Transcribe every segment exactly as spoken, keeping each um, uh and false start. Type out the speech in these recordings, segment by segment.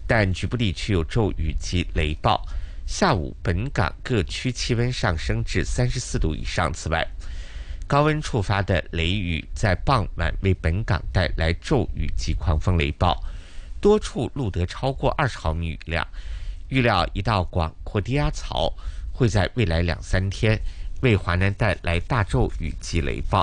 但局部地区有骤雨及雷暴。下午本港各区气温上升至三十四度以上。此外，高温触发的雷雨在傍晚为本港带来骤雨及狂风雷暴，多处录得超过二十毫米雨量。预料一道广阔低压槽会在未来两三天为华南带来大骤雨及雷暴。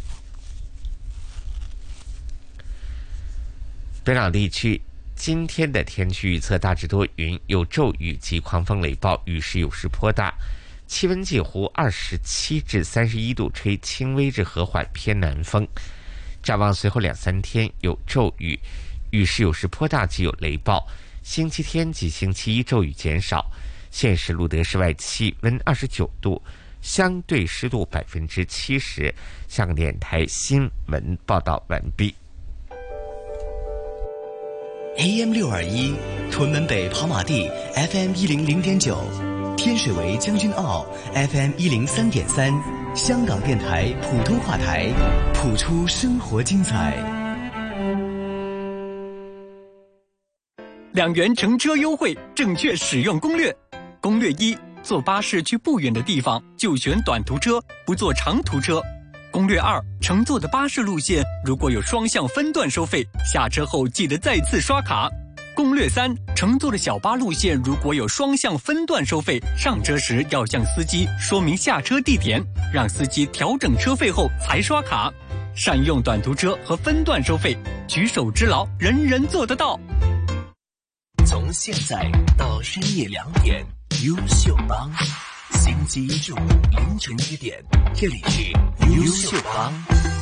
本港地区今天的天气预测大致多云，有骤雨及狂风雷暴，雨势有时颇大，气温介乎二十七至三十一度，吹轻微至和缓偏南风。展望随后两三天有骤雨，雨势有时颇大及有雷暴。星期天及星期一骤雨减少。现时录得室外气温二十九度，相对湿度百分之七十。香港电台新闻报道完毕。 A M 六二一，屯门北跑马地 F M 一零零点九，天水围将军澳 F M 一零三点三，香港电台普通话台，谱出生活精彩。 两元乘车优惠，正确使用攻略。攻略一：坐巴士去不远的地方就选短途车，不坐长途车。攻略二：乘坐的巴士路线如果有双向分段收费，下车后记得再次刷卡。攻略三：乘坐的小巴路线如果有双向分段收费，上车时要向司机说明下车地点，让司机调整车费后才刷卡。善用短途车和分段收费，举手之劳，人人做得到。 从现在到深夜两点，优秀帮。星期一至五凌晨一点，这里是优秀帮。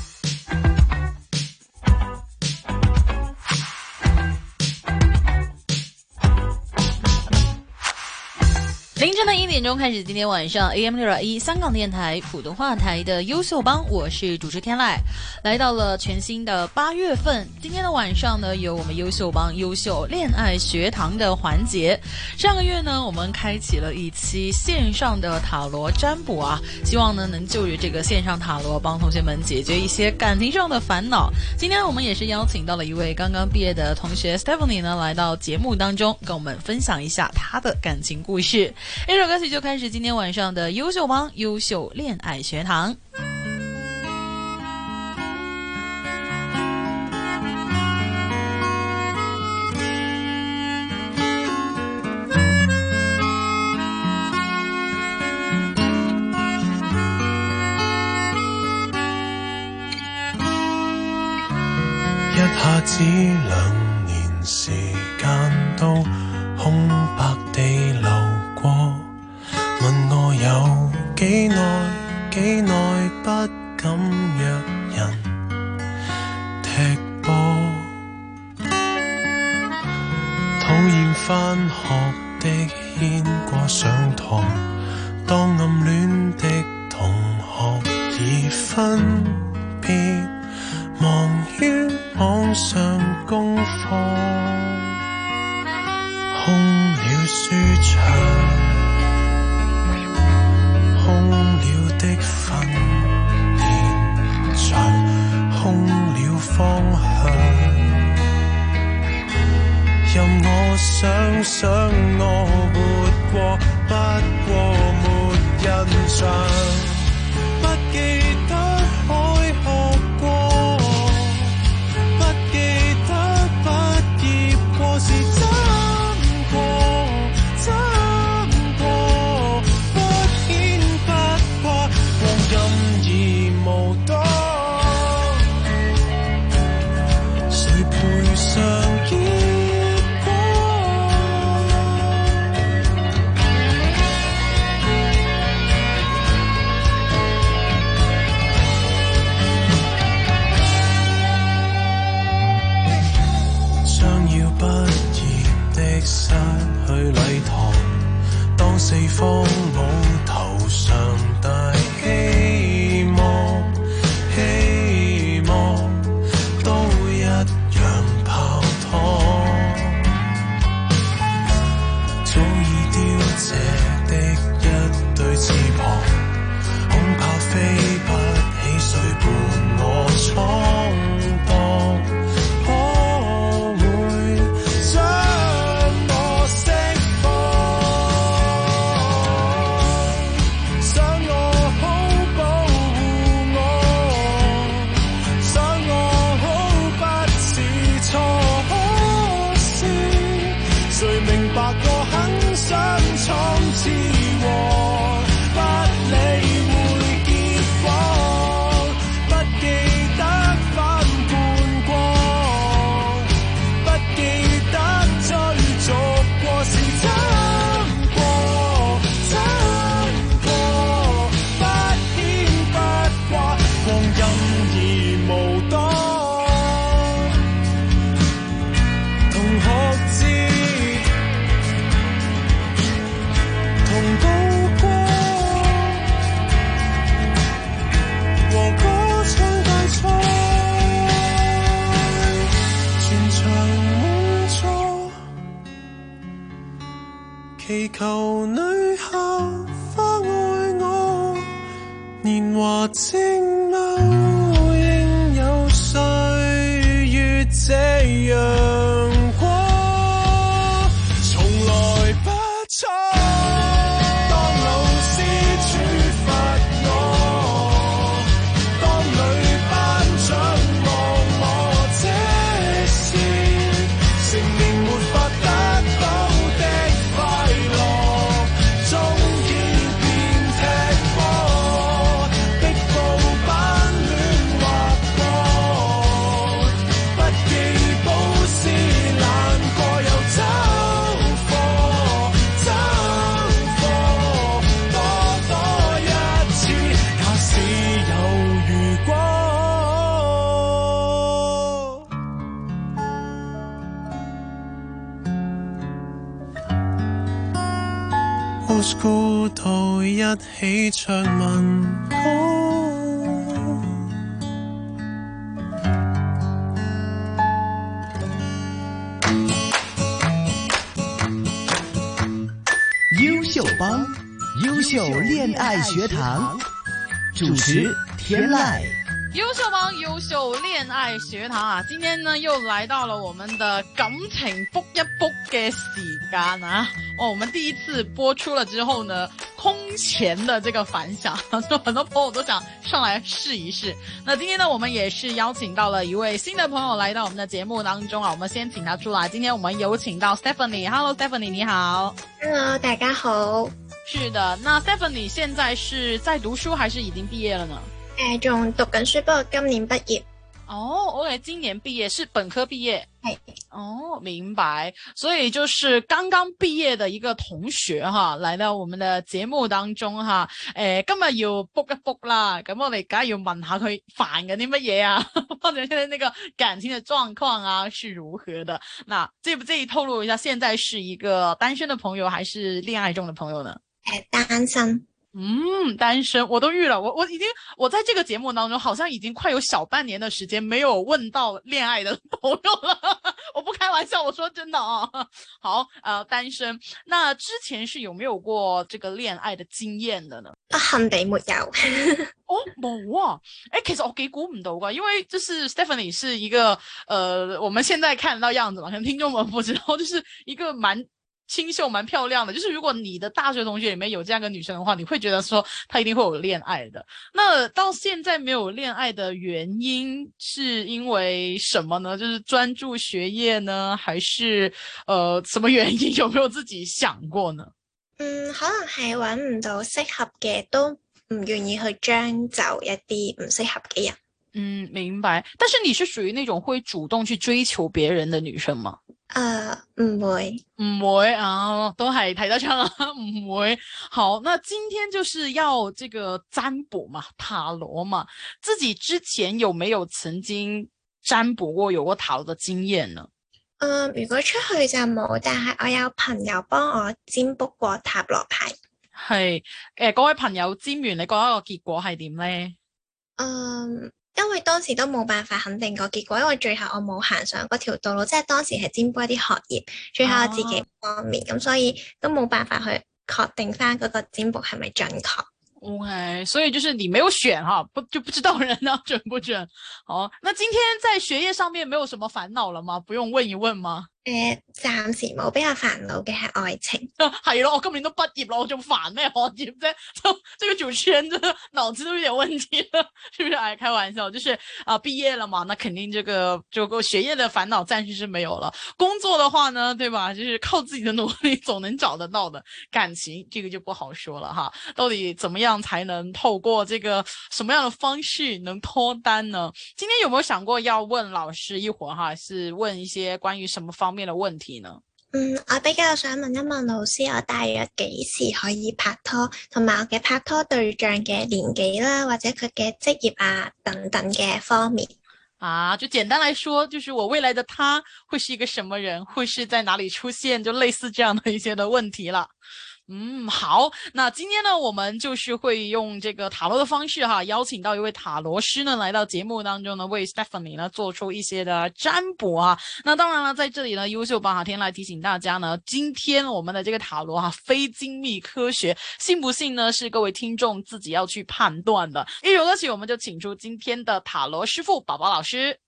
凌晨的一点钟开始，今天晚上 A M 六二一香港电台普通话台的优秀帮，我是主持天籁，来到了全新的八月份。今天的晚上呢，有我们优秀帮优秀恋爱学堂的环节。上个月呢，我们开启了一期线上的塔罗占卜啊，希望呢能就着这个线上塔罗帮同学们解决一些感情上的烦恼。今天我们也是邀请到了一位刚刚毕业的同学 Stephanie 呢，来到节目当中跟我们分享一下她的感情故事。一首歌曲就开始今天晚上的优秀帮优秀恋爱学堂。 一下子兩年時間都空白地流過，問我有幾耐幾耐不敢約人踢波，討厭返學的牽過上堂，當暗戀的同學已分別，忙於網上功課，空了書場，空了的訓練場，空了方向，任我想想我活過，不過沒印象，不記得開學過，不記得畢業過是真過，真過，不牽不掛，光陰已無多，誰賠償結果？將要畢業的失去禮堂，當四方舞頭上大希望，希望都一樣泡湯，早已凋謝的一對翅膀，恐怕飛不起，誰伴我闖蕩？可會將祈求女校花愛我，年華正茂，應有歲月這樣過，從來不錯。當老師處罰我，當女班長望我，這是承認沒法得到的快樂，終於變踢波，的報版亂劃過，不記補師難過又走課，走課，多多一次，假使有如果。Old school 到一起唱民歌。 优秀帮，优秀恋爱学堂，主持天籁。 优秀帮优秀恋愛學堂啊，今天呢又來到了我們的感情卜一卜嘅時間啊！哦，我們第一次播出了之後呢，空前的這個反響，就很多朋友都想上來試一試。那今天呢，我們也是邀請到了一位新的朋友來到我們的節目當中啊，我們先請他出來。今天我們有請到 Stephanie，Hello Stephanie， 你好。 Hello， 大家好。 是的，那 Stephanie 現在是在讀書還是已經畢業了呢？ 誒，仲讀緊書，不過今年畢業。 哦 ，OK， 今年畢業是本科畢業。 係。 哦，明白。所以就是剛剛畢業的一個同學哈，來到我們的節目當中哈。誒，今日要卜一卜啦，咁我哋梗係要問下佢煩緊啲乜嘢啊，或者現在那個感情的狀況啊是如何的？那介不介意透露一下，現在是一個單身的朋友還是戀愛中的朋友呢？ 誒，單身。 嗯，單身我都預了，我我已經我在這個節目當中好像已經快有小半年的時間沒有問到戀愛的朋友了，我不開玩笑，我說真的啊。好，呃，單身，那之前是有沒有過這個戀愛的經驗的呢？ 不幸地沒有。 哦，冇啊，誒，其實我幾估唔到㗎，因為就是 Stephanie 是一個，呃，我們現在看得到樣子嘛，可能聽眾們不知道，就是一個蠻清秀蠻漂亮的，就是如果你的大學同學裡面有這樣一個女生的話，你會覺得說她一定會有戀愛的。那到現在沒有戀愛的原因是因為什麼呢？就是專注學業呢，還是呃什麼原因？有沒有自己想過呢？ 嗯，可能係揾唔到適合嘅，都唔願意去將就一啲唔適合嘅人。 嗯，明白。但是你是屬於那種會主動去追求別人的女生嗎？ 誒，唔會， 唔會啊，都係睇得出啦，唔會。好，那今天就是要這個占卜嘛，塔羅嘛，自己之前有沒有曾經占卜過，有過塔羅的經驗呢？ 誒、呃，如果出去就冇，但係我有朋友幫我占卜過塔羅牌。 係，誒、呃，嗰位朋友占完，你覺得個結果係點咧？ 嗯。因為當時都冇辦法肯定個結果，因為最後我冇行上嗰條道路，即係當時係占卜一啲學業，最後我自己方面，咁、啊、所以都冇辦法去確定翻嗰個占卜係咪準確。 OK， 所以就是你沒有選哈，不就不知道人呢準不準。好，那今天在學業上面沒有什麼煩惱了嗎？不用問一問嗎？ 誒、呃，暫時冇，比較煩惱嘅係愛情。 係咯，我今年都畢業了，我仲煩咩學業啫？就這個主持人真的腦子都有點問題了，是不是？哎，開玩笑，就是啊、呃，畢業了嘛，那肯定這個這個學業的煩惱暫時是沒有了。工作的話呢，對吧？就是靠自己的努力總能找得到的。感情這個就不好說了哈，到底怎麼樣才能透過這個什麼樣的方式能脫單呢？今天有沒有想過要問老師一會兒哈，是問一些關於什麼方面的問題呢？ 嗯，我比較想問一問老師，我大約幾時可以拍拖，同埋我嘅拍拖對象嘅年紀啦，或者佢嘅職業啊等等嘅方面。 啊，就簡單來說，就是我未來的他會是一個什麼人，會是在哪裡出現，就類似這樣的一些的問題了。 嗯，好，那今天呢，我们就是会用这个塔罗的方式哈，邀请到一位塔罗师呢来到节目当中呢，为 Stephanie 呢做出一些的占卜啊。那当然了，在这里呢，优秀宝塔天来提醒大家呢，今天我们的这个塔罗哈，非精密科学，信不信呢是各位听众自己要去判断的。一首歌曲，我们就请出今天的塔罗师傅宝宝老师。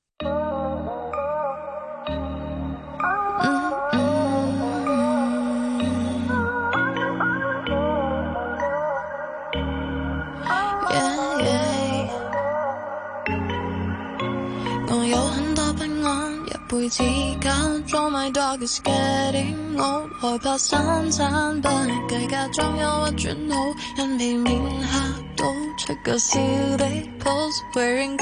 背指假裝 my dog is getting old 害怕三餐不計較裝憂鬱轉好因避免嚇到出個笑的 pose wearing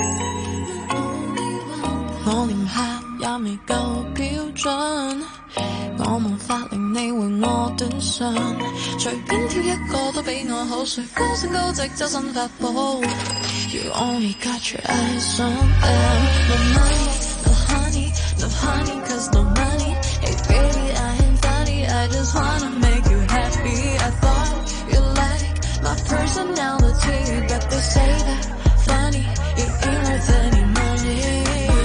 我連拍也未夠標準我無法令你回我短信隨便挑一個都比我好誰高升高直周身發寶 You only got your eyes on them No money, no honey No honey, cause no money Hey baby, I ain't funny I just wanna make you happy I thought you like my personality But they say that funny It ain't worth any money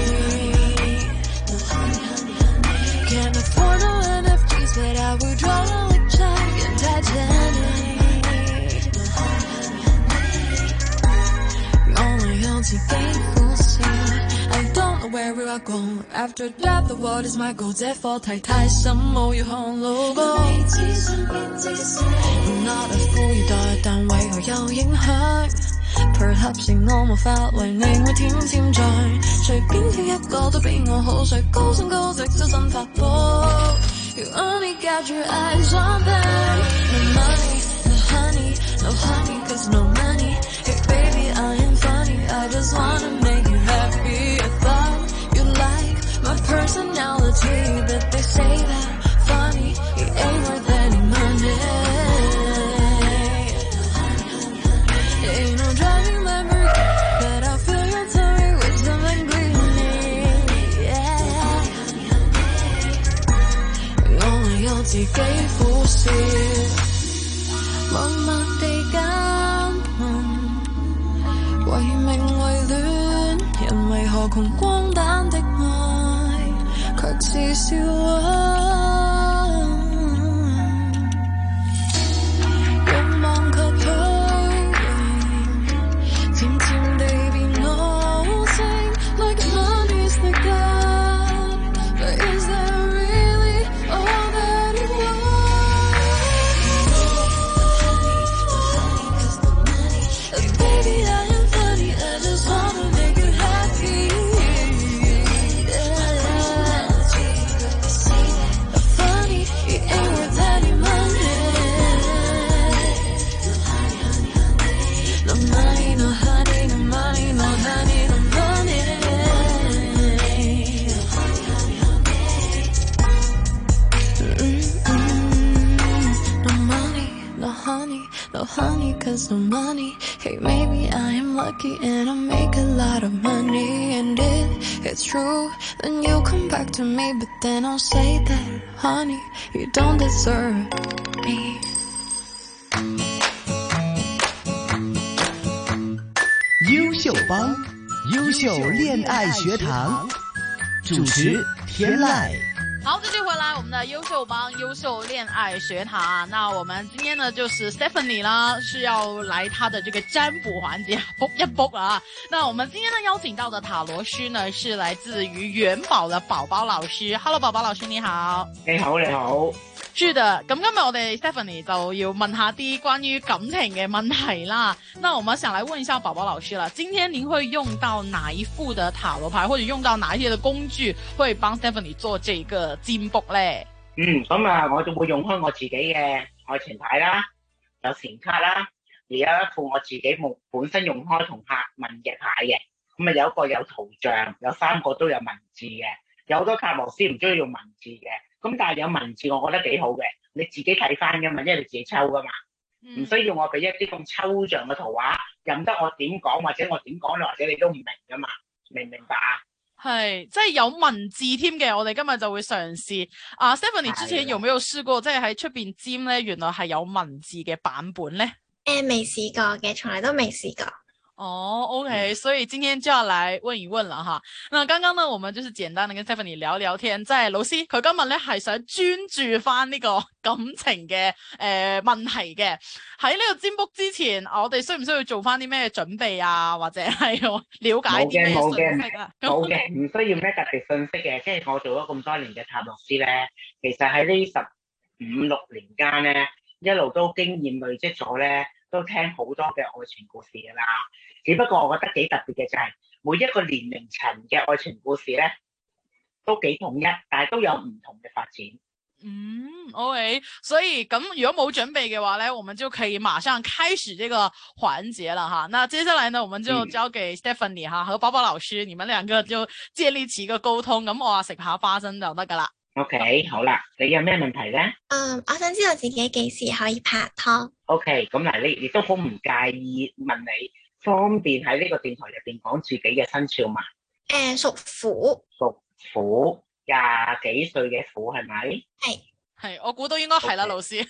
No honey, honey, honey Can't afford no N F Ts But I would draw like Jack and Titanic No honey, honey, honey 我唯有自己苦笑I don't know where we are going After that the world is my goal 這課題太深冇要看路過 I'm not a 富二代但為何有影響 Perhaps 是我無法為你每天潛在隨便挑一個都比我好誰高升高直周身發寶 You only got your eyes on them No money, no honey, no honey Cause no money Hey baby I am funny I just wanna make you happy I thought you like my personality But they say that funny It ain't worth any money Ain't no driving Lamborghini But I feel your tummy with something greeny Yeah 我唯有自己苦笑默默地監問為名為戀人為何窮光蛋的愛卻似笑話欲望卻退漸漸地變老成 Like money's the god But is that really all that it was Baby I am funny I just wanna make you happy Funny it ain't worth any money No money no honey no money no honey no money Mm-mm. No money no honey no honey cause no money Hey maybe I am lucky and I make a lot of money And if it's true then you'll come back to me But then I'll say that honey you don't deserve me 优秀帮优秀恋爱学堂主持天籁好，继续回来我们的优秀帮优秀恋爱学堂。那我们今天呢，就是 Stephanie 啦，是要来她的这个占卜环节，卜一卜啊。那我们今天呢邀請到的塔羅師呢，是來自於元寶的寶寶老師。Hello， 寶寶老師你好。 你好，你好。 是的，咁今日我哋 Stephanie 就要問下啲關於感情嘅問題啦。那我們想來問一下寶寶老師啦，今天您會用到哪一副的塔羅牌，或者用到哪一些的工具，會幫 Stephanie 做這個占卜咧？ 嗯，咁啊，我就會用開我自己嘅愛情牌啦，有錢卡啦，而有一副我自己冇本身用開同客問嘅牌嘅，咁啊有一個有圖像，有三個都有文字嘅，有好多塔羅師唔中意用文字嘅。咁但係有文字我覺得幾好嘅，你自己睇翻噶嘛，因為你自己抽噶嘛，唔、嗯、需要我俾一啲咁抽象嘅圖畫，任得我點講或者我點講，或者你都唔明噶嘛，明唔明白啊？ 係，即係有文字添嘅，我哋今日就會嘗試。啊 Stephanie 之前有冇有試過，即係喺出邊尖咧，原來係有文字嘅版本咧？ 誒，未試過嘅，從來都未試過。 哦，OK，所以今天就要來問一問了哈。那剛剛呢，我們就是簡單的跟 Stephanie 聊聊天。即係老師，佢今日咧係想專注翻呢個感情嘅誒、呃、問題嘅。喺呢個占卜之前，我哋需唔需要做翻啲咩準備啊？或者係了解啲咩信息啊？ 冇嘅，唔需要咩特別信息嘅。即係我做咗咁多年嘅塔羅師咧，其實喺呢十五六年間咧，一路都經驗累積咗咧。都聽好多嘅愛情故事㗎啦，只不過我覺得幾特別嘅就係每一個年齡層嘅愛情故事咧都幾統一，但係都有唔同嘅發展。 嗯 ，OK，所以咁如果冇準備嘅話咧，我們就可以馬上開始這個環節了哈。那接下來呢，我們就交給 Stephanie 哈、嗯、和寶寶老師，你們兩個就建立起一個溝通，咁我話食下花生就得㗎啦。 OK， 好啦，你有咩問題咧？ 嗯，我想知道自己幾時可以拍拖。 OK，咁嗱，你亦都好唔介意問你方便喺呢個電台入邊講自己嘅生肖嘛？ 誒、呃，屬虎。 屬虎，廿幾歲嘅虎係咪？ 係係，我估都應該係啦， okay. 老師。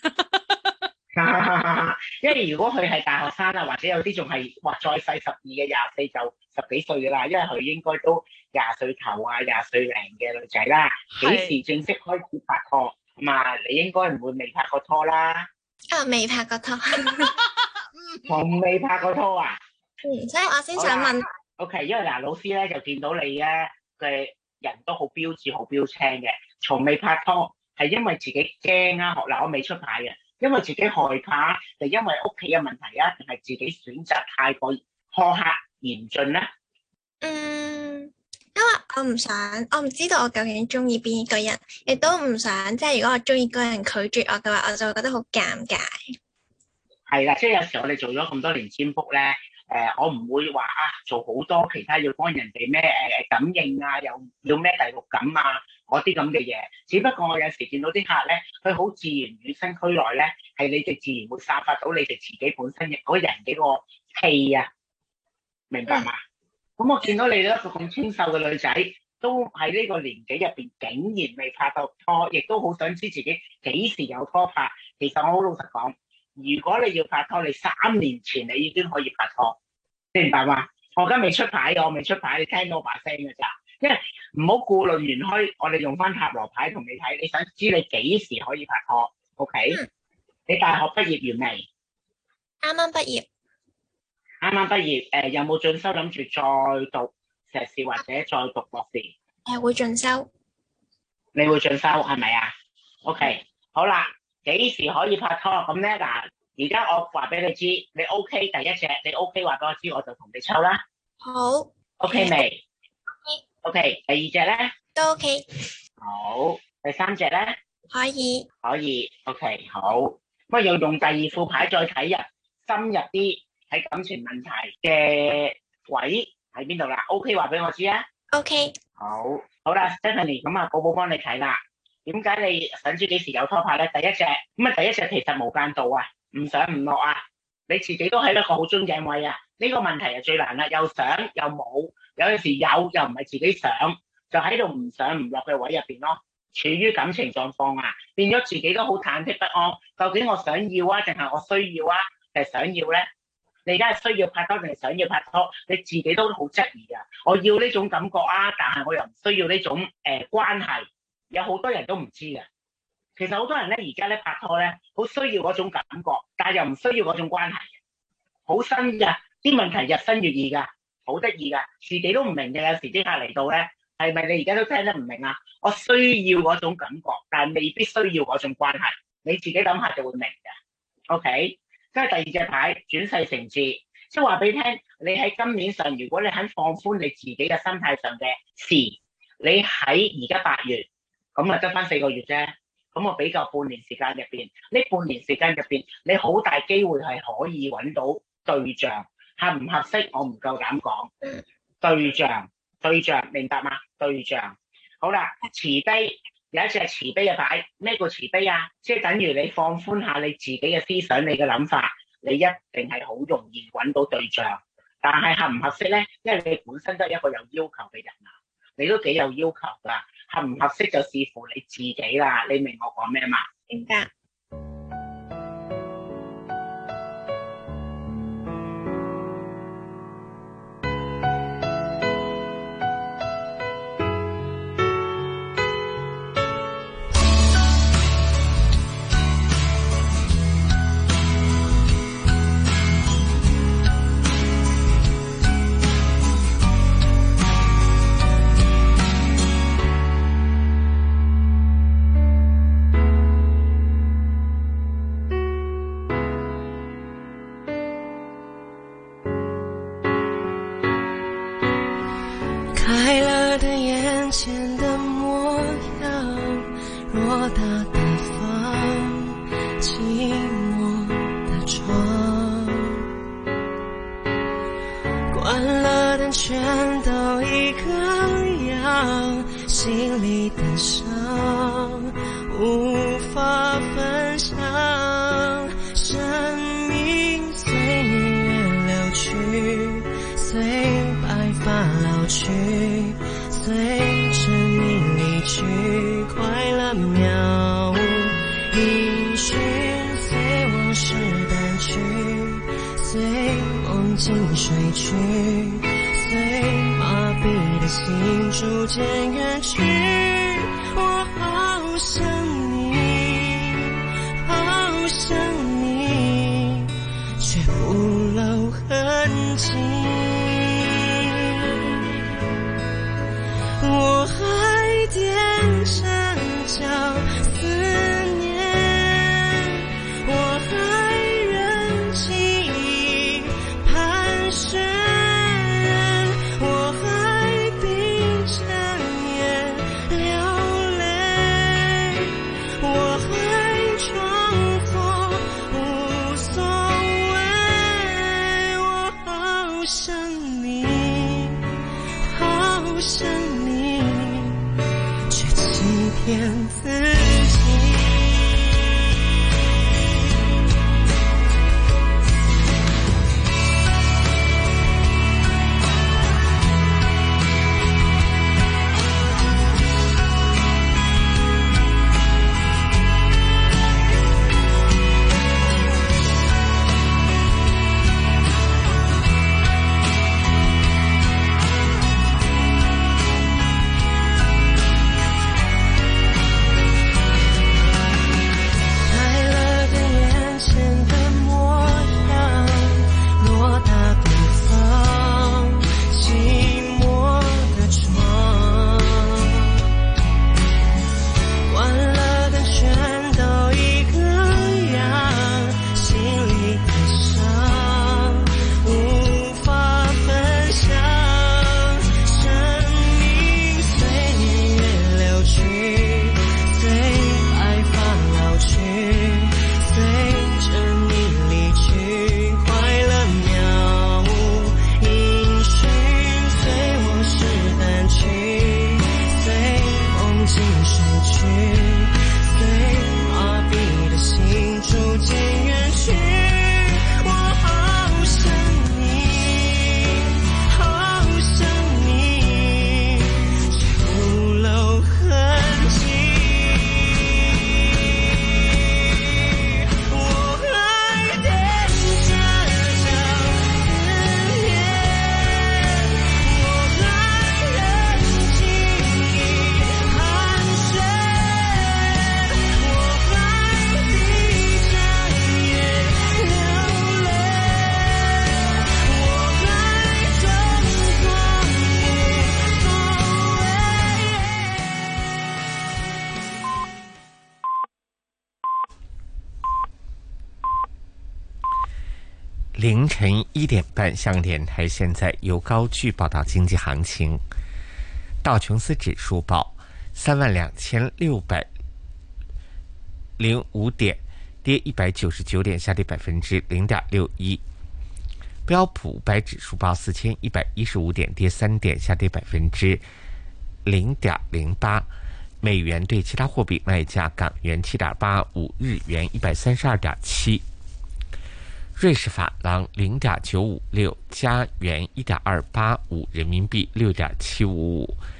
因為如果佢係大學生啊，或者有啲仲係哇再細十二嘅廿四就十幾歲噶啦，因為佢應該都廿歲頭啊，廿歲零嘅女仔啦。幾時正式開始拍拖？咁啊，你應該唔會未拍過拖啦。 啊，未拍過拖。 從未拍過拖啊？ 嗯，所以我先想問。 O K， 因為嗱，老師咧就見到你咧嘅人都好標緻、好標青嘅，從未拍拖係因為自己驚啊，學嗱我未出牌嘅。因為自己害怕，就因為屋企嘅問題啊，定係自己選擇太過苛刻嚴峻咧？ 嗯，因為我唔想，我唔知道我究竟中意邊一個人，亦都唔想即係如果我中意嗰個人拒絕我嘅話，我就會覺得好尷尬。係啦，即係有時候我哋做咗咁多年占卜咧，誒、呃，我唔會話啊做好多其他要幫人哋咩誒感應啊，又要咩第六感啊。嗰啲咁嘅嘢，只不過我有時見到啲客咧，佢好自然與生俱來咧，係你哋自然會散發到你哋自己本身嘅嗰人嘅個氣啊，明白嘛？咁、嗯、我見到你一個咁清秀嘅女仔，都喺呢個年紀入邊竟然未拍到拖，亦都好想知自己幾時有拖拍。其實我好老實講，如果你要拍拖，你三年前你已經可以拍拖，你明白嘛？我而家未出牌，我未出牌，你聽到我把聲㗎咋？因為唔好顧論玄虛，我哋用翻塔羅牌同你睇，你想知你幾時可以拍拖 ？OK？、嗯、你大學畢業完未？ 啱啱畢業。 啱啱畢業，誒、呃，有冇進修諗住再讀碩士或者再讀博士？誒、 呃，會進修。 你會進修係咪啊 ？OK，、嗯、好啦，幾時可以拍拖？咁咧嗱，而家我話俾你知，你 OK 第一隻，你 OK 話俾我知，我就同你抽啦。 好。 OK 未？ OK， 第二隻咧都 OK。 好，第三隻咧可以。 可以 OK， 好。咁啊，又用第二副牌再睇入深入啲喺感情問題嘅位喺邊度啦 ？OK， 話俾我知啊。 OK。 好，好啦 ，Stephanie， 咁啊，寶寶幫你睇啦。點解你想知幾時有拖拍咧？第一隻咁啊，第一隻其實無間道啊，唔上唔落啊，你自己都喺一個好樽頸位啊。呢、這個問題係最難啦，又想又冇。有陣時有又唔係自己想，就喺度唔上唔落嘅位入邊咯，處於感情狀況啊，變咗自己都好忐忑不安。究竟我想要啊，定係我需要啊，定係想要咧？你而家係需要拍拖定係想要拍拖？你自己都好質疑啊！我要呢種感覺啊，但係我又唔需要呢種誒、呃、關係。有好多人都唔知嘅。其實好多人咧，而家咧拍拖咧，好需要嗰種感覺，但係又唔需要嗰種關係嘅。好新㗎，啲問題日新月異㗎。好得意噶，自己都唔明嘅。有時啲客嚟到咧，係咪你而家都聽得唔明啊？我需要嗰種感覺，但係未必需要嗰種關係。你自己諗下就會明嘅。OK，即係第二隻牌轉世成智，即係話俾你聽，你喺今年上，如果你肯放寬你自己嘅心態上嘅事，你喺而家八月，咁啊得翻四個月啫。咁我比較半年時間入邊，呢半年時間入邊，你好大機會係可以揾到對象。合唔合適我唔夠膽講。對象對象明白嗎？對象好啦，慈悲有一隻慈悲嘅牌，咩叫慈悲啊？即係等於你放寬下你自己嘅思想，你嘅諗法，你一定係好容易揾到對象。但係合唔合適咧？因為你本身都係一個有要求嘅人啊， 你都幾有要求㗎，合唔合適就視乎你自己啦。你明我講咩嘛？ 明白。 开了的眼前的模样，偌大的房，寂寞的床，关了灯全都一个样，心里的伤无法分享，生命随年月流去，随白发老去，随着你离去，快乐渺无音讯，随往事淡去，随梦境睡去，随麻痹的心逐渐远去，我好想你，好想你，却不露痕迹。我还踮着脚思念，我还忍记忆盘旋，我还闭着眼流泪，我还装作无所谓。我好想你，好想你，却欺骗自己。 凌晨一点半，香港电台现在由高炬报道经济行情。道琼斯指数报三万两千六百零五点，跌一百九十九点，下跌百分之零点六一。标普五百指数报四千一百一十五点，跌三点，下跌百分之零点零八。美元对其他货币卖价：港元七点八五，日元一百三十二点七。瑞士法郎零点九五六，加元一点二八五，人民币六点七五五，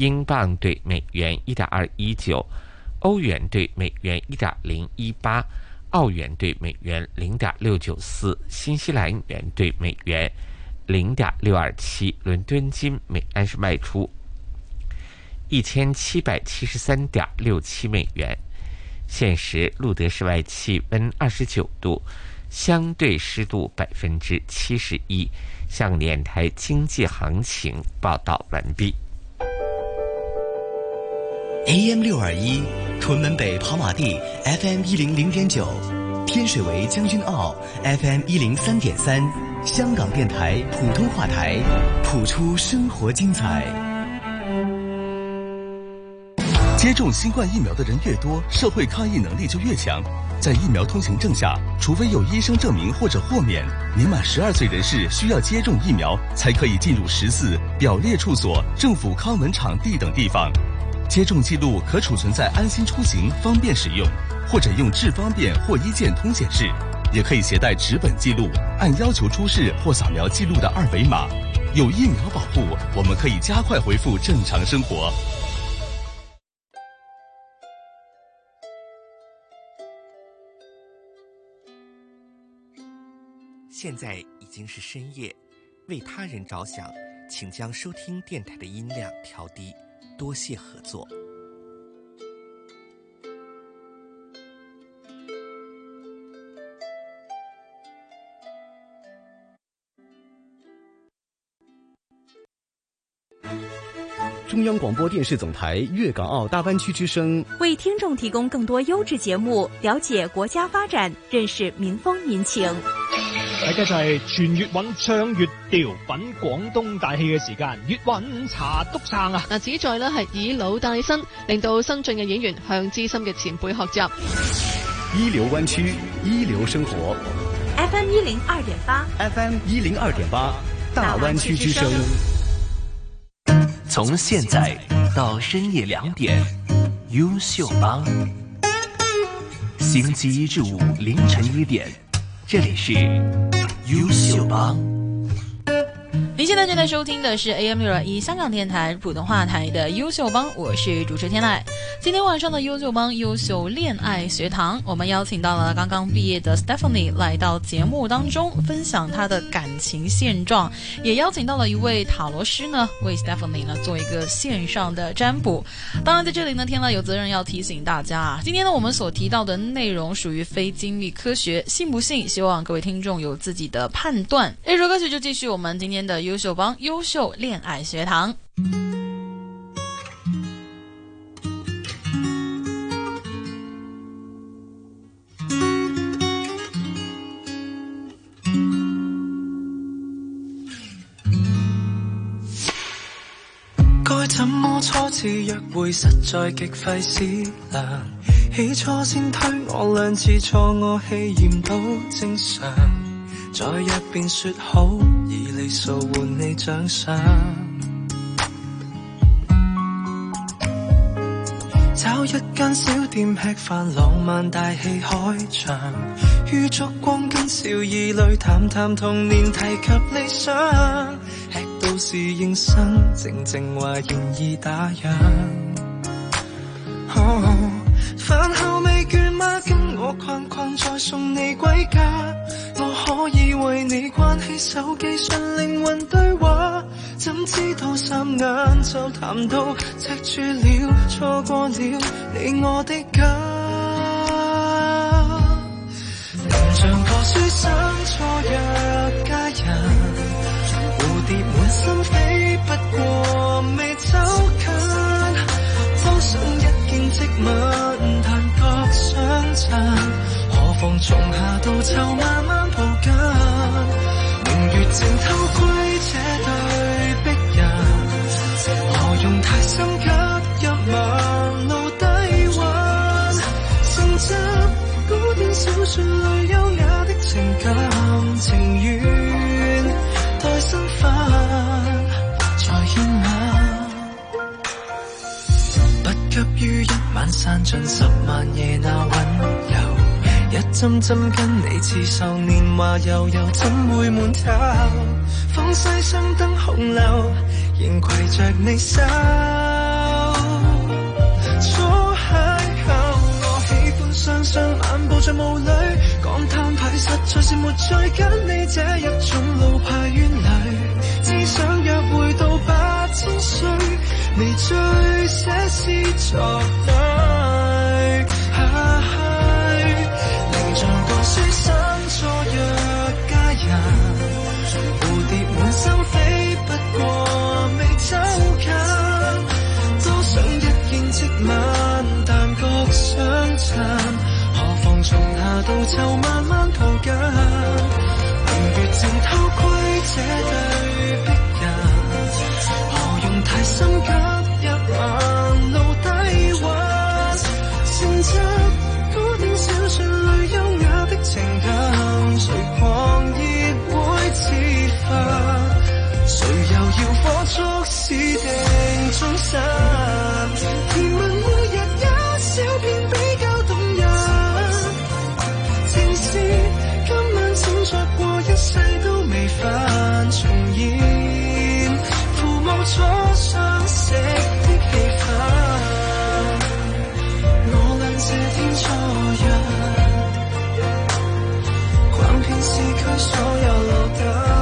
英镑对美元一点二一九，欧元对美元一点零一八，澳元对美元零点六九四，新西兰元对美元零点六二七。伦敦金每安士卖出一千七百七十三点六七美元。现时路德室外气温二十九度，相对湿度百分之七十一。向电台经济行情报道完毕。 A M 六二一，屯门北跑马地 F M 一零零点九，天水围将军澳 F M 一零三点三，香港电台普通话台，谱出生活精彩。 接种新冠疫苗的人越多，社会抗疫能力就越强。在疫苗通行证下，除非有医生证明或者豁免，年满十二岁人士需要接种疫苗，才可以进入食肆、表列处所、政府康文场地等地方。接种记录可储存在安心出行，方便使用，或者用智方便或一键通显示，也可以携带纸本记录，按要求出示或扫描记录的二维码。有疫苗保护，我们可以加快恢复正常生活。 现在已经是深夜，为他人着想，请将收听电台的音量调低，多谢合作。 中央广播电视总台粤港澳大湾区之声， 为听众提供更多優質節目，了解國家發展，認識民風民情。 大家就係全粵韻唱粵調品廣東大戲嘅時間，粵韻茶篤撐啊！ 嗱，旨在咧係以老帶新，令到新進嘅演員向資深嘅前輩學習。 一流灣區，一流生活。 F M 一零二點八 ，F M 一零二點八，大灣區之聲。 從現在到深夜兩點，優秀幫。星期一至五凌晨一點，這裡是優秀幫。 您现在正在收聽的是 A M 六二一香港電台普通話台的優秀幫，我是主持天籟。今天晚上的優秀幫優秀戀愛學堂，我們邀請到了剛剛畢業的 Stephanie 來到節目當中分享她的感情現狀，也邀請到了一位塔羅師呢為 Stephanie 呢做一個線上的占卜。當然在這裡呢，天籟有責任要提醒大家啊，今天呢我們所提到的內容屬於非精密科學，信不信希望各位聽眾有自己的判斷。這首歌曲就繼續我們今天的優秀幫優秀戀愛學堂。 該怎麼初次約會實在極費思量，起初先推我兩次錯，我氣焰都正常，在一邊說好以利數換你獎賞，找一間小店吃飯，浪漫大戲開場，於燭光跟笑意裏談談童年，提及理想，吃到侍應生靜靜話願意打烊。哦，飯後未倦嗎？跟我困困再送你歸家，我可以為你關起手機純靈魂對話，怎知道霎眼就談到赤柱了，錯過了你我的家。能像個書生錯約佳人，蝴蝶滿心飛，不過未走近，都想一見即吻，但覺相襯，何妨從夏到秋慢慢抱緊，明月靜偷窺這對璧人，何用太心急入晚露低溫，承襲古典小說裏優雅的情感，情願待身份才獻吻，不急於一晚散盡十萬夜那溫柔，一針針跟你刺繡年華悠悠，怎會悶透？風西雙燈紅樓，仍攜着你手。 雙雙漫步在霧裏，講攤牌實在是沒趣，跟你這一種老派冤侶，只想約會到八千歲，微醉寫詩作對，寧像個書生錯約佳人，蝴蝶滿心飛，不過未走近，多想一見即吻，但覺相襯，何妨從夏到秋慢慢抱緊，明月正偷窺這對璧人，何用太心急一晚路低溫，性質古典小說裏優雅的情感，誰狂熱會自焚，誰又要火速私定終身，甜蜜每日一小片比較動人，情是今晚醒着過一世都未犯重現，父母初相識的氣氛，我倆這天初約，逛遍市區所有路燈，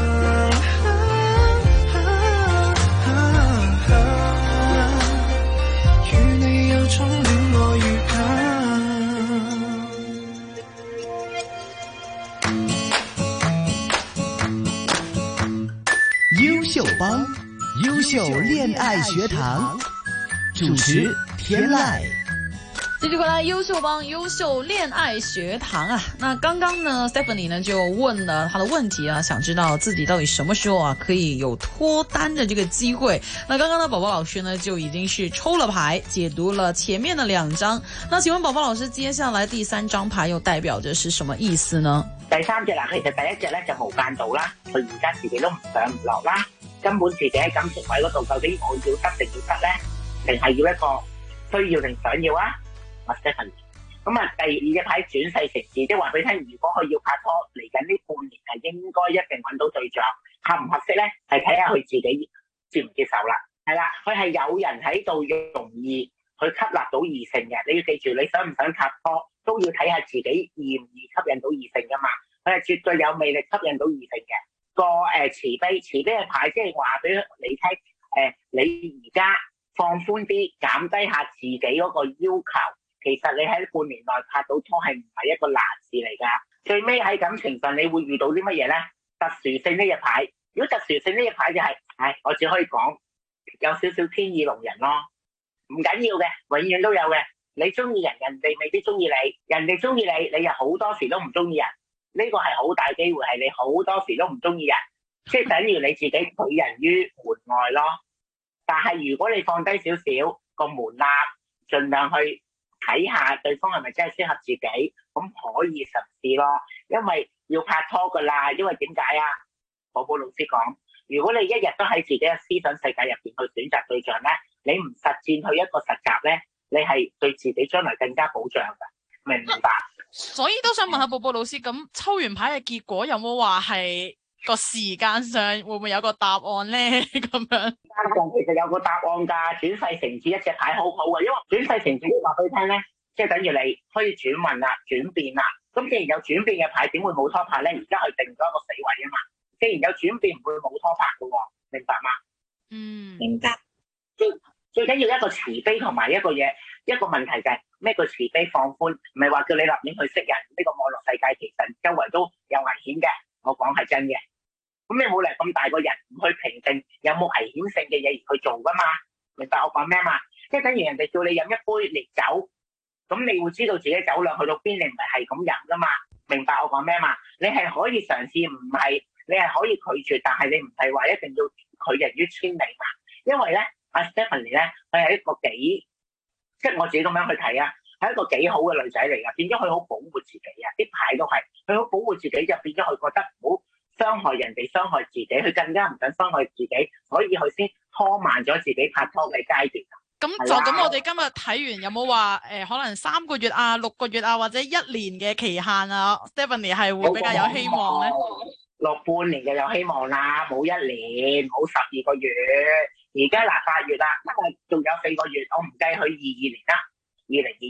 优秀帮，优秀恋爱学堂，主持天籁。 继续回来，优秀帮优秀恋爱学堂啊。那刚刚呢 Stephanie 呢就问了她的问题啊，想知道自己到底什么时候啊可以有脱单的这个机会。那刚刚呢宝宝老师呢就已经是抽了牌，解讀了前面的兩張。那請問寶寶老師，接下來第三張牌又代表着是什麼意思呢？ 第三隻啦，其實第一隻咧就無間道啦，佢而家自己都唔上唔落啦，根本自己喺感情位嗰度，究竟我要得定要得咧，定係要一個需要定想要啊？或者係咁啊，第二隻牌轉世成智，即係話俾你聽，如果佢要拍拖，嚟緊呢半年係應該一定揾到對象，合唔合適咧？係睇下佢自己接唔接受啦。係啦，佢係有人喺度容易去吸納到異性嘅，你要記住，你想唔想拍拖都要睇下自己易唔易吸引到異性噶嘛。佢係絕對有魅力吸引到異性嘅。個誒、呃、慈悲慈悲嘅牌，即係話俾你聽，誒、呃、你而家放寬啲，減低下自己嗰個要求。其實你喺半年內拍到拖係唔係一個難事嚟㗎？最尾喺感情上你會遇到啲乜嘢咧？特殊性呢隻牌，如果特殊性呢隻牌就係、是，唉，我只可以講有少少天意弄人咯，唔緊要嘅，永遠都有嘅。你中意人，人哋未必中意你；人哋中意你，你又好多時都唔中意人。呢、這個係好大機會係你好多時都唔中意人，即係等於你自己拒人於門外咯。但係如果你放低少少個門檻，盡量去睇下對方係咪真係適合自己，咁可以嘗試咯。因為要拍拖噶啦，因為點解啊？寶寶老師講，如果你一日都喺自己嘅思想世界入邊去選擇對象咧，你唔實踐去一個實習咧，你係對自己將來更加保障噶，明唔明白？ 所以都想問下寶寶老師，咁抽完牌嘅結果有冇話係個時間上會唔會有個答案咧？咁樣其實有個答案㗎，轉世成智一隻牌好好嘅，因為轉世成智話俾你聽咧，即係等於你可以轉運啦、轉變啦。咁既然有轉變嘅牌，點會冇拖拍咧？而家佢定咗一個死位啊嘛。既然有轉變，唔會冇拖拍嘅喎，明白嗎？ 嗯， 明白。 最最緊要一個慈悲同埋一個嘢，一個問題就係咩叫慈悲放寬？唔係話叫你立亂去識人，呢個網絡世界其實周圍都有危險嘅。我講係真嘅。咁你冇理由咁大個人唔去評定有冇危險性嘅嘢而去做噶嘛？明白我講咩嘛？即係等於人哋叫你飲一杯烈酒，咁你會知道自己酒量去到邊，你唔係係咁飲噶嘛？明白我講咩嘛？你係可以嘗試，唔係你係可以拒絕，但係你唔係話一定要拒人於千里嘛？因為咧，阿 Stephanie 咧，佢係一個幾，即係我自己咁樣去睇啊，係一個幾好嘅女仔嚟噶，變咗佢好保護自己啊！啲牌都係，佢好保護自己，就變咗佢覺得唔好傷害人哋，傷害自己，佢更加唔想傷害自己，所以佢先拖慢咗自己拍拖嘅階段。 咁就咁，我哋今日睇完有冇話誒，可能三個月啊、六個月啊，或者一年嘅期限啊 ，Stephanie 係會比較有希望咧？ 落半年就有希望啦，冇一年，冇十二個月。而家嗱八月啦，咁啊仲有四個月，我唔計佢二二年啦，二零二二，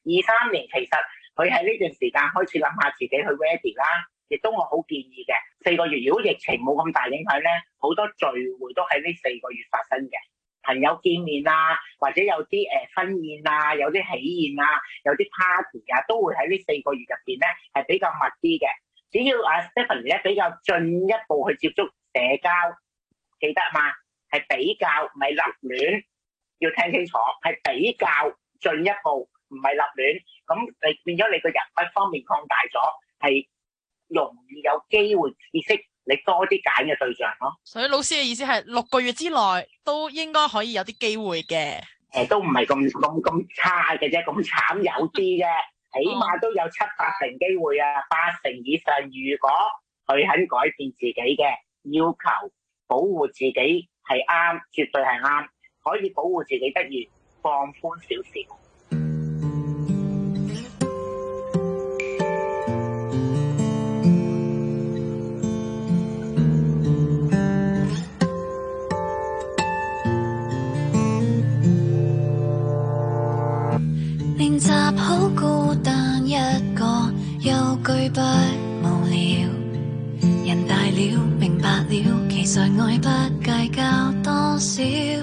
二三年其實佢喺呢段時間開始諗下自己去 ready 啦，亦都我好建議嘅。四個月如果疫情冇咁大影響咧，好多聚會都喺呢四個月發生嘅，朋友見面啊，或者有啲誒婚宴啊，有啲喜宴啊，有啲 party 啊，都會喺呢四個月入邊咧係比較密啲嘅。只要阿 Stephanie 咧比較進一步去接觸社交，記得嘛，係比較唔係立亂，要聽清楚，係比較進一步，唔係立亂。咁你變咗你個人物方面擴大咗，係容易有機會意識你多啲揀嘅對象咯。 所以老師嘅意思係六個月之內都應該可以有啲機會嘅。 誒，都唔係咁咁咁差嘅啫，咁慘有啲嘅。起碼都有七八成機會啊，八成以上。如果佢肯改變自己嘅要求，保護自己係啱，絕對係啱，可以保護自己得宜，放寬少少。 練習好孤單一個，又懼不無聊。人大了，明白了，其實愛不計較多少。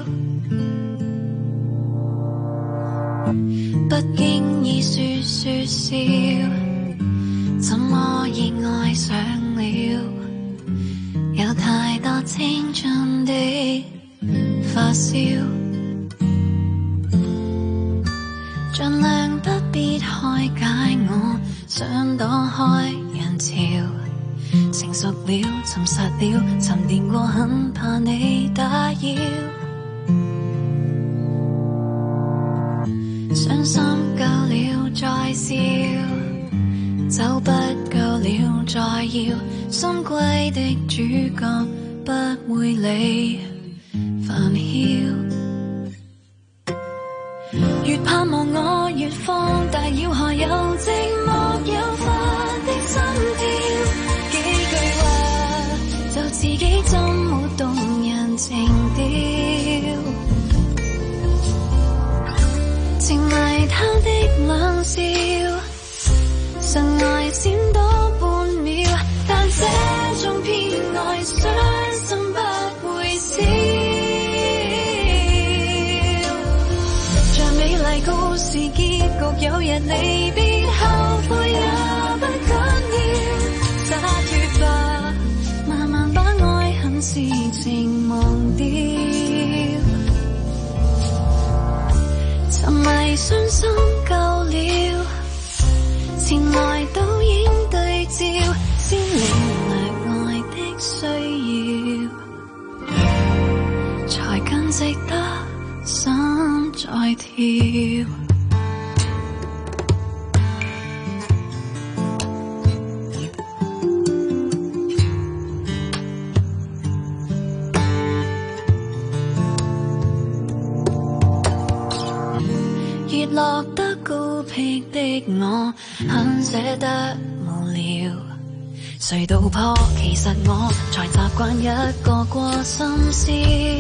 不經意說說笑，怎麼已愛上了？有太多青春的發燒。盡量不必開解我，想躲開人潮。成熟了，沉實了，沉澱過，很怕你打擾。傷心夠了再笑，走不夠了再要。心悸的主角不會理煩囂。越盼望我越放大，要何有寂寞有花的心跳。幾句話就自己怎沒動人情調。情迷他的冷笑，神愛閃躲半秒，但這種偏愛傷心不會少。美麗故事結局，有日離別後悔也不緊要，灑脫吧，慢慢把愛恨事情忘掉。沉迷傷心夠了，前來倒影對照，先領略愛的需要，才更值得心再跳。熱落得孤僻的我，很捨得無聊。隧道坡，其實我才習慣一個過深宵。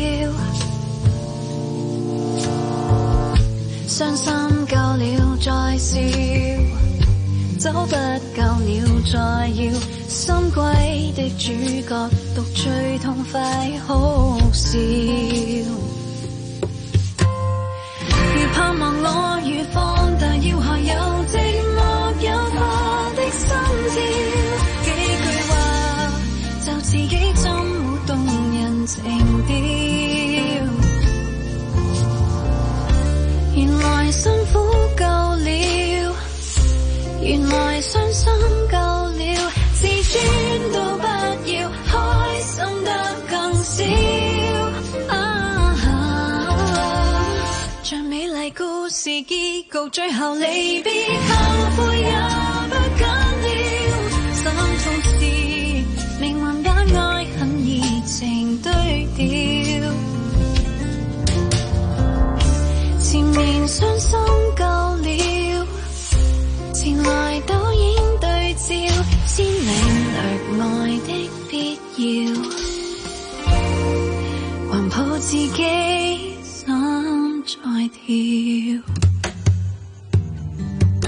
傷心夠了再笑，走不夠了再要。心悸的主角獨最痛快哭笑。越盼望我越放大，要何有寂寞有花的心跳。幾句話就自己怎沒動人情調。原來辛苦夠了，原來傷心夠了，自尊都不要，開心得更少。像美麗故事結局，最後離別後悔也不緊要。心痛時命運把愛恨熱情對調。前面傷心夠了，前來倒影對照，先領略愛的必要，還抱自己心再跳。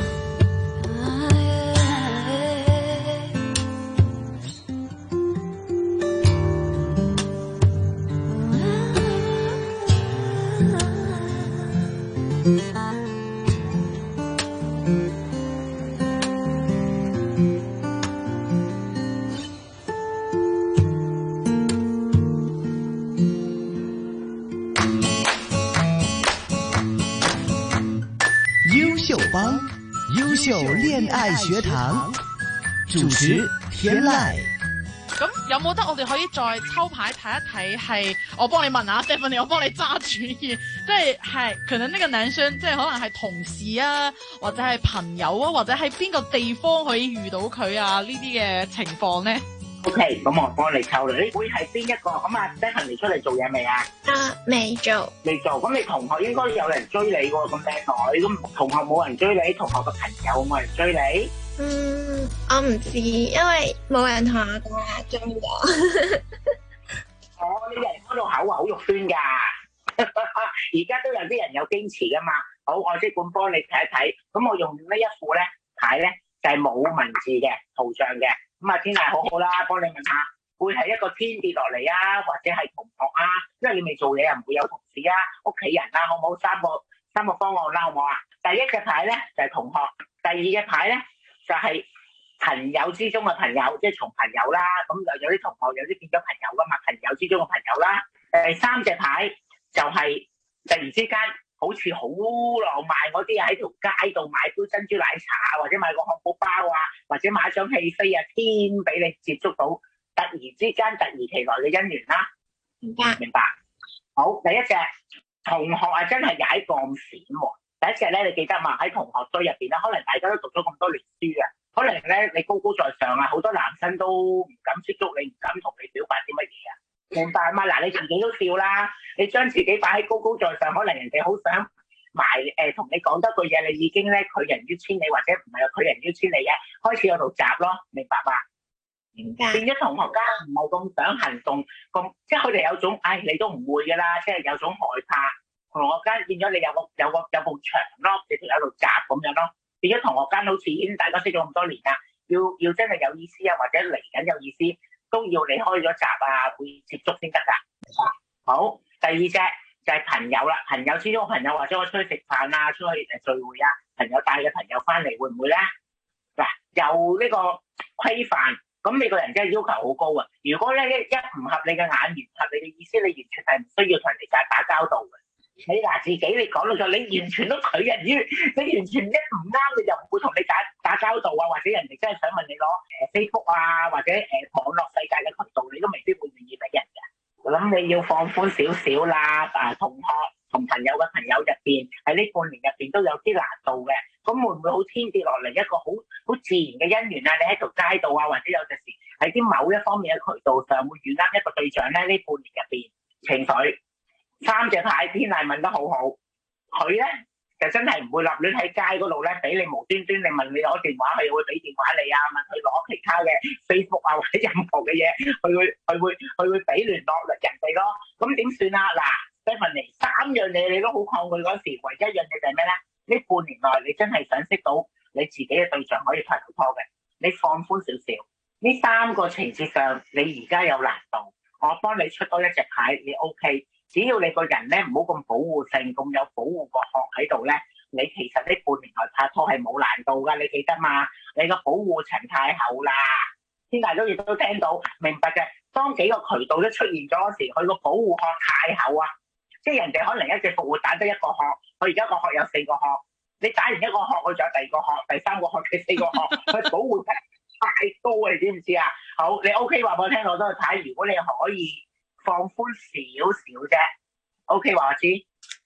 优秀帮，优秀戀愛學堂，主持天籟。 咁有冇得我哋可以再抽牌睇一睇？係我幫你問下 Stephanie， 我幫你揸主意，即係係可能呢個男生即係可能係同事啊，或者係朋友啊，或者喺邊個地方可以遇到佢啊？呢啲嘅情況咧 ？OK， 咁我幫你抽啦。你會係邊一個？咁啊 Stephanie 出嚟做嘢未啊？ 啊，未做。 未做。咁你同學應該有人追你喎，咁靚女。咁同學冇人追你，同學嘅朋友冇人追你？ 嗯，我唔知，因為冇人同我講話追我。 哦，呢啲人開到口啊，好肉酸㗎。而家都有啲人有矜持㗎嘛。好，我即管幫你睇一睇。咁我用呢一副咧牌咧，就係、是、冇文字嘅圖像嘅。咁啊，天籟好好啦，幫你問下，會係一個天跌落嚟啊，或者係同學啊？因為你未做嘢又唔會有同事啊、屋企人啊，好唔好？三個三個方案啦，好唔好啊？第一隻牌咧就係、是、同學，第二隻牌咧。就係朋友之中嘅朋友，即係從朋友啦，咁就有啲同學，有啲變咗朋友噶嘛，朋友之中嘅朋友啦。第三隻牌就係突然之間好似好浪漫嗰啲啊，喺條街度買杯珍珠奶茶，或者買個漢堡包啊，或者買張戲飛啊，天俾你接觸到，突然之間突如其來嘅姻緣啦。 明白， 明白。好，第一隻同學啊，真係踩鋼線喎。第一隻咧，你記得嘛？喺同學堆入邊咧，可能大家都讀咗咁多年書啊，可能咧你高高在上啊，好多男生都唔敢接觸你，唔敢同你表白啲乜嘢啊？明白嘛？嗱，你自己都笑啦，你將自己擺喺高高在上，可能人哋好想埋誒同你講多句嘢，你已經咧拒人於千里，或者唔係拒人於千里嘅，開始有度閘咯，明白嘛？ 明白。 變咗同學間唔係咁想行動，咁即係佢哋有種，唉、哎，你都唔會㗎啦，即係有種害怕。同學間變咗你有個有個有部牆咯，直接有度閘咁樣咯。變咗同學間好似已經大家識咗咁多年啦，要要真係有意思啊，或者嚟緊有意思，都要你開咗閘啊，會接觸先得㗎。好，第二隻就係朋友啦，朋友之中嘅朋友，或者我出去食飯啊，出去誒聚會啊，朋友帶嘅朋友翻嚟會唔會咧？嗱，有呢個規範，咁你個人真係要求好高啊！如果咧一一唔合你嘅眼緣，唔合你嘅意思，你完全係唔需要同人哋打打交道嘅。你嗱自己你講到咗，你完全都拒人於，你完全一唔啱，你就唔會同你打打交道啊，或者人哋真係想問你攞誒 Facebook 啊，或者誒、呃、網絡世界嘅渠道，你都未必會願意俾人嘅。我諗你要放寬少少啦，啊同學同朋友嘅朋友入邊喺呢半年入邊都有啲難度嘅，咁會唔會好天跌落嚟一個好好自然嘅姻緣啊？你喺條街道啊，或者有陣時喺啲某一方面嘅渠道上會遇啱一個對象咧，呢半年入邊情緒。三隻牌天籟問得好好，佢咧就真係唔會立亂喺街嗰度咧俾你無端端你問你攞電話，佢會俾電話你啊，問佢攞其他嘅 Facebook 啊或者任何嘅嘢，佢會佢會佢會俾聯絡人哋咯。咁點算啊？嗱 Stephanie 三樣嘢你都好抗拒嗰時，唯一一樣嘢就係咩咧？呢半年內你真係想識到你自己嘅對象可以拍到拖嘅，你放寬少少。呢三個情節上你而家有難度，我幫你出多一隻牌，你 OK。只要你個人咧唔好咁保護性，咁有保護個殼喺度咧，你其實呢半年內拍拖係冇難度噶，你記得嘛？你個保護層太厚啦，天籟都亦都聽到明白嘅。當幾個渠道都出現咗嗰時，佢個保護殼太厚啊，即係人哋可能一隻復活打得一個殼，佢而家個殼有四個殼，你打完一個殼，佢仲有第二個殼、第三個殼、第四個殼，佢保護層太高啊，你知唔知啊？好，你 OK 話俾我聽，我都去睇，如果你可以。放寬少少啫 ，OK 話我知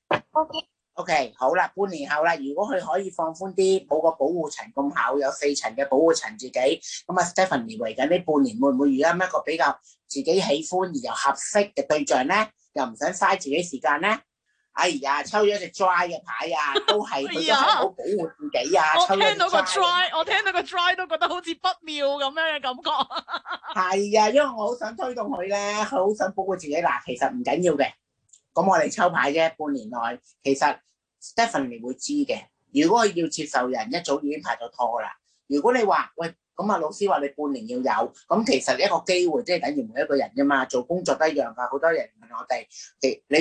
，OK OK 好啦，半年後啦，如果佢可以放寬啲，冇個保護層咁厚，有四層嘅保護層自己，咁啊 Stephanie 嚟緊呢半年會唔會遇啱一個比較自己喜歡而又合適嘅對象咧？又唔想嘥自己時間咧？哎呀，抽咗隻 dry 嘅牌啊，都係佢都係好保護自己啊。 我聽到個 dry， 我聽到個 dry 都覺得好似不妙咁樣嘅感覺。 係啊，因為我好想推動佢咧，佢好想保護自己。嗱，其實唔緊要嘅，咁我哋抽牌啫。半年內其實 Stephanie 會知嘅。如果佢要接受人，一早已經拍咗拖啦。如果你話喂，咁啊老師話你半年要有，咁其實一個機會即係等於每一個人啫嘛。做工作都一樣噶，好多人問我哋，你你會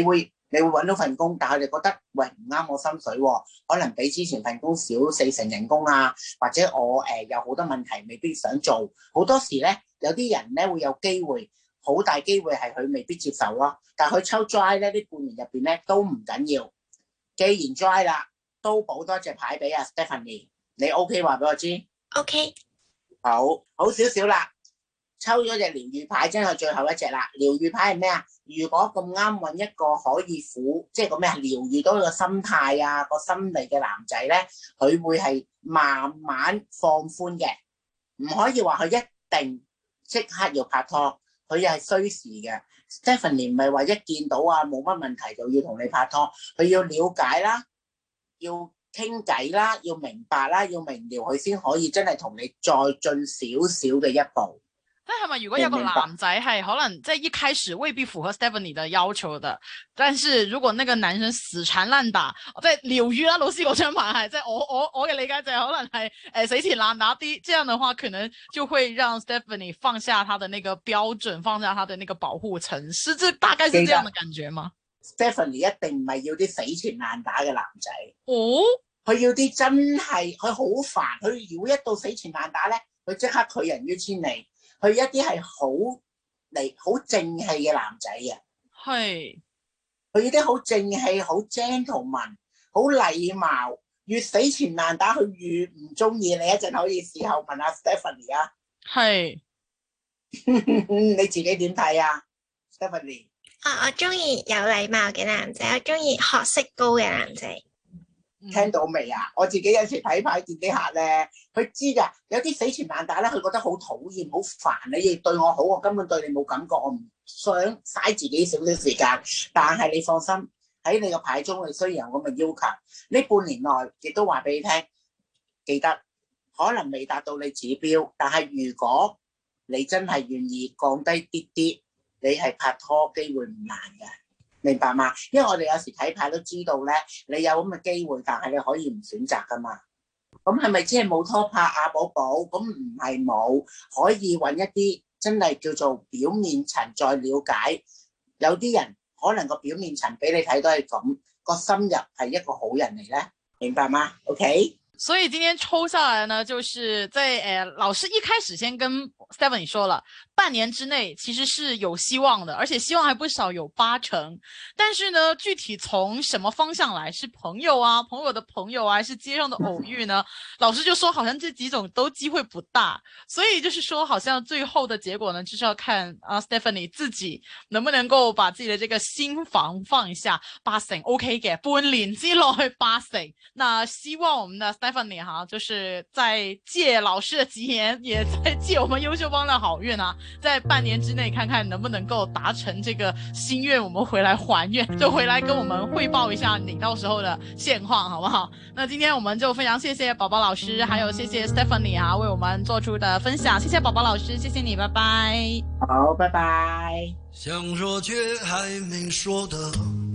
你會揾到份工，但係你覺得喂唔啱我心水喎，可能比之前份工少四成人工啊，或者我誒、呃、有好多問題未必想做。好多時咧，有啲人咧會有機會，好大機會係佢未必接受咯。但係佢抽 dry 咧，呢半年入邊咧都唔緊要。既然 dry 啦，都補多隻牌俾阿 Stephanie， 你 OK 話俾我知 ？OK， 好，好少少啦。抽咗隻療愈牌，真係最後一隻啦。療愈牌係咩啊？如果咁啱揾一個可以撫，即係個咩啊？療愈到佢個心態啊，個心理嘅男仔咧，佢會係慢慢放寬嘅，唔可以話佢一定即刻要拍拖，佢又係需時嘅。Stephanie 唔係話一見到啊冇乜問題就要同你拍拖，佢要了解啦，要傾偈啦，要明白啦，要明瞭，佢先可以真係同你再進少少嘅一步。 但係咪如果有個男仔係可能即係一開始未必符合 Stephanie 的要求的，但是如果那個男生死纏爛打，即係療愈啦，老師嗰張牌係即係我我我嘅理解就係可能係誒死纏爛打啲，這樣的話可能就會讓 Stephanie 放下他的那個標準，放下他的那個保護層，是這大概是這樣的感覺嗎？ Stephanie 一定唔係要啲死纏爛打嘅男仔， 哦，佢要啲真係佢好煩，佢如果一到死纏爛打咧，佢即刻拒人於千里。佢一啲係好嚟好正氣嘅男仔嘅， 係佢一啲好正氣、好 gentleman、好禮貌。越死纏爛打，佢越唔中意你。一陣可以事後問下 Stephanie 啊， 係你自己點睇啊 ，Stephanie？ 啊，我中意有禮貌嘅男仔，我中意學識高嘅男仔。 聽到未啊？我自己有時睇牌見啲客咧，佢知噶，有啲死纏爛打咧，佢覺得好討厭、好煩。你亦對我好，我根本對你冇感覺，我唔想嘥自己少少時間。但係你放心，喺你個牌中，你雖然有咁嘅要求，呢半年內亦都話俾你聽，記得可能未達到你指標，但係如果你真係願意降低啲啲，你係拍拖機會唔難嘅。明白嘛？因為我哋有時睇牌都知道咧，你有咁嘅機會，但係你可以唔選擇噶嘛。咁係咪只係冇拖拍啊，寶寶？咁唔係冇，可以揾一啲真係叫做表面層再了解。有啲人可能個表面層俾你睇到係咁，個深入係一個好人嚟咧，明白嗎 ？OK。 所以今天抽下來呢，就是在誒老師一開始先跟 Stephanie 說了，半年之內其實是有希望的，而且希望還不少，有八成。但是呢，具體從什麼方向來，是朋友啊，朋友的朋友啊，還是街上的偶遇呢？老師就說好像這幾種都機會不大，所以就是說好像最後的結果呢，就是要看啊 Stephanie 自己能不能夠把自己的這個心防放下。八成 OK 嘅，半年之內八成。那希望我們的 Stephanie 哈，就是在借老師的吉言，也在借我們優秀幫的好運啊，在半年之內看看能不能夠達成這個心願，我們回來還願，就回來跟我們匯報一下你到時候的現況，好不好？那今天我們就非常謝謝寶寶老師，還有謝謝 Stephanie 啊，為我們做出的分享，謝謝寶寶老師，謝謝你，拜拜。 好，拜拜。 想說卻還沒說的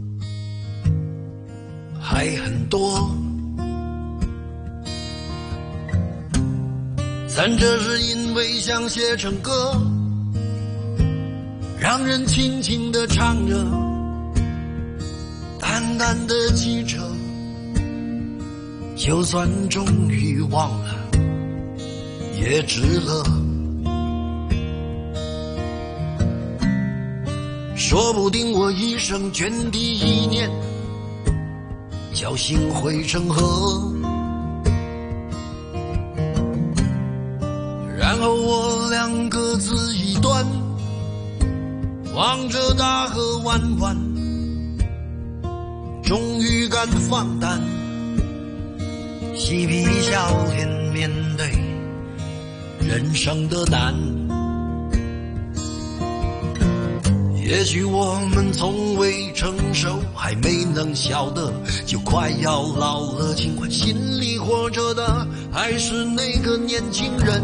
還很多，但這是因為想寫成歌，讓人輕輕地唱着，淡淡的記着，就算終於忘了也值了。說不定我一生涓滴一念，僥倖匯成河，然後我倆各自一端，望着大河彎彎，終於敢放膽，嬉皮笑臉面對人生的難。也許我們從未成熟，還沒能曉得，就快要老了，盡管心裡活着的還是那個年輕人。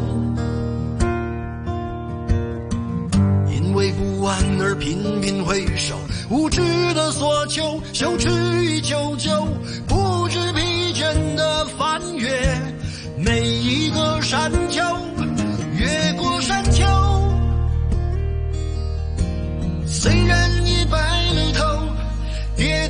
因為不安而頻頻回首，無知的索求，羞恥與求救，不知疲倦的翻越每一個山丘，越過山丘。雖然已白了頭，跌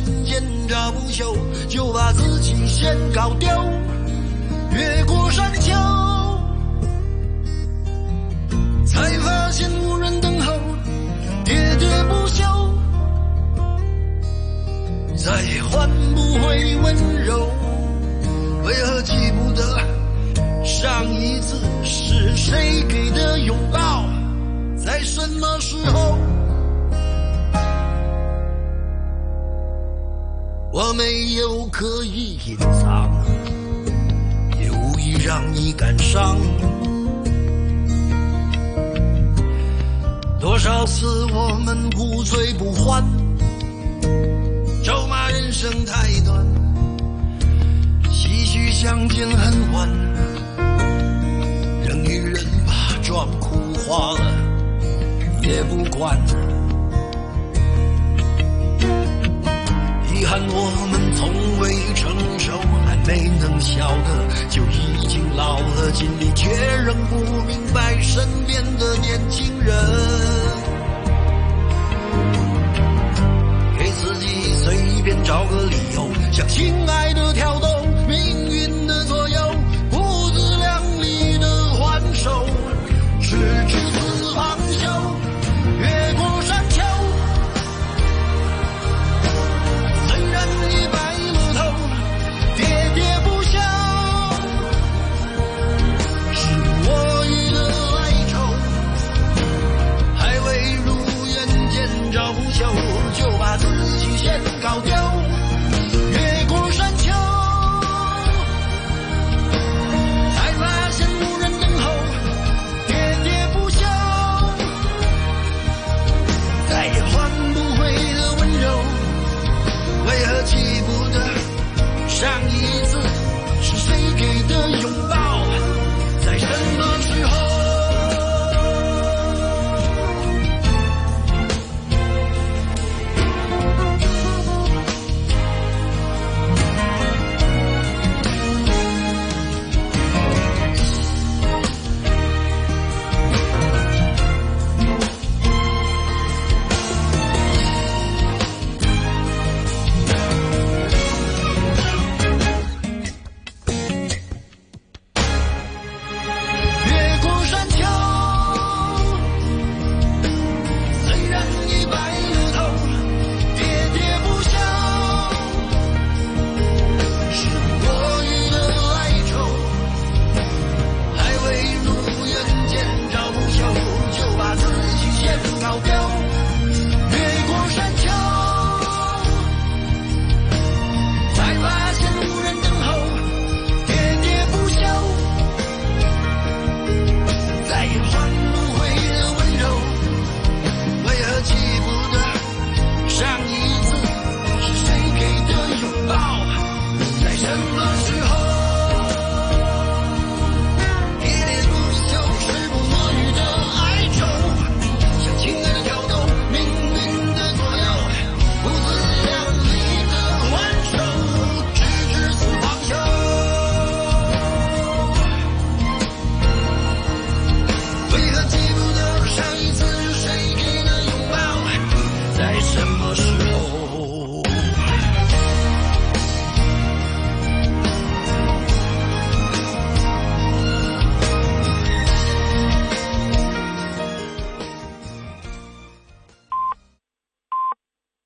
眼见着不朽，就把自己先搞丢。越过山丘，才发现无人等候，喋喋不休，再换不回温柔。为何记不得上一次是谁给的拥抱，在什么时候？我没有刻意隐藏，也无意让你感伤。多少次我们不醉不欢，咒骂人生太短，唏嘘相见恨晚，人与人把妆哭花了也不管。遗憾我们从未成熟，还没能晓得就已经老了，尽力却仍不明白身边的年轻人。给自己随便找个理由，向亲爱的挑逗，命运的左右，不自量力的还手，是至死方休。越过山丘，虽然已白了头，喋喋不休，是我一个哀愁，还未如愿见着不朽，就把自己先搞丢。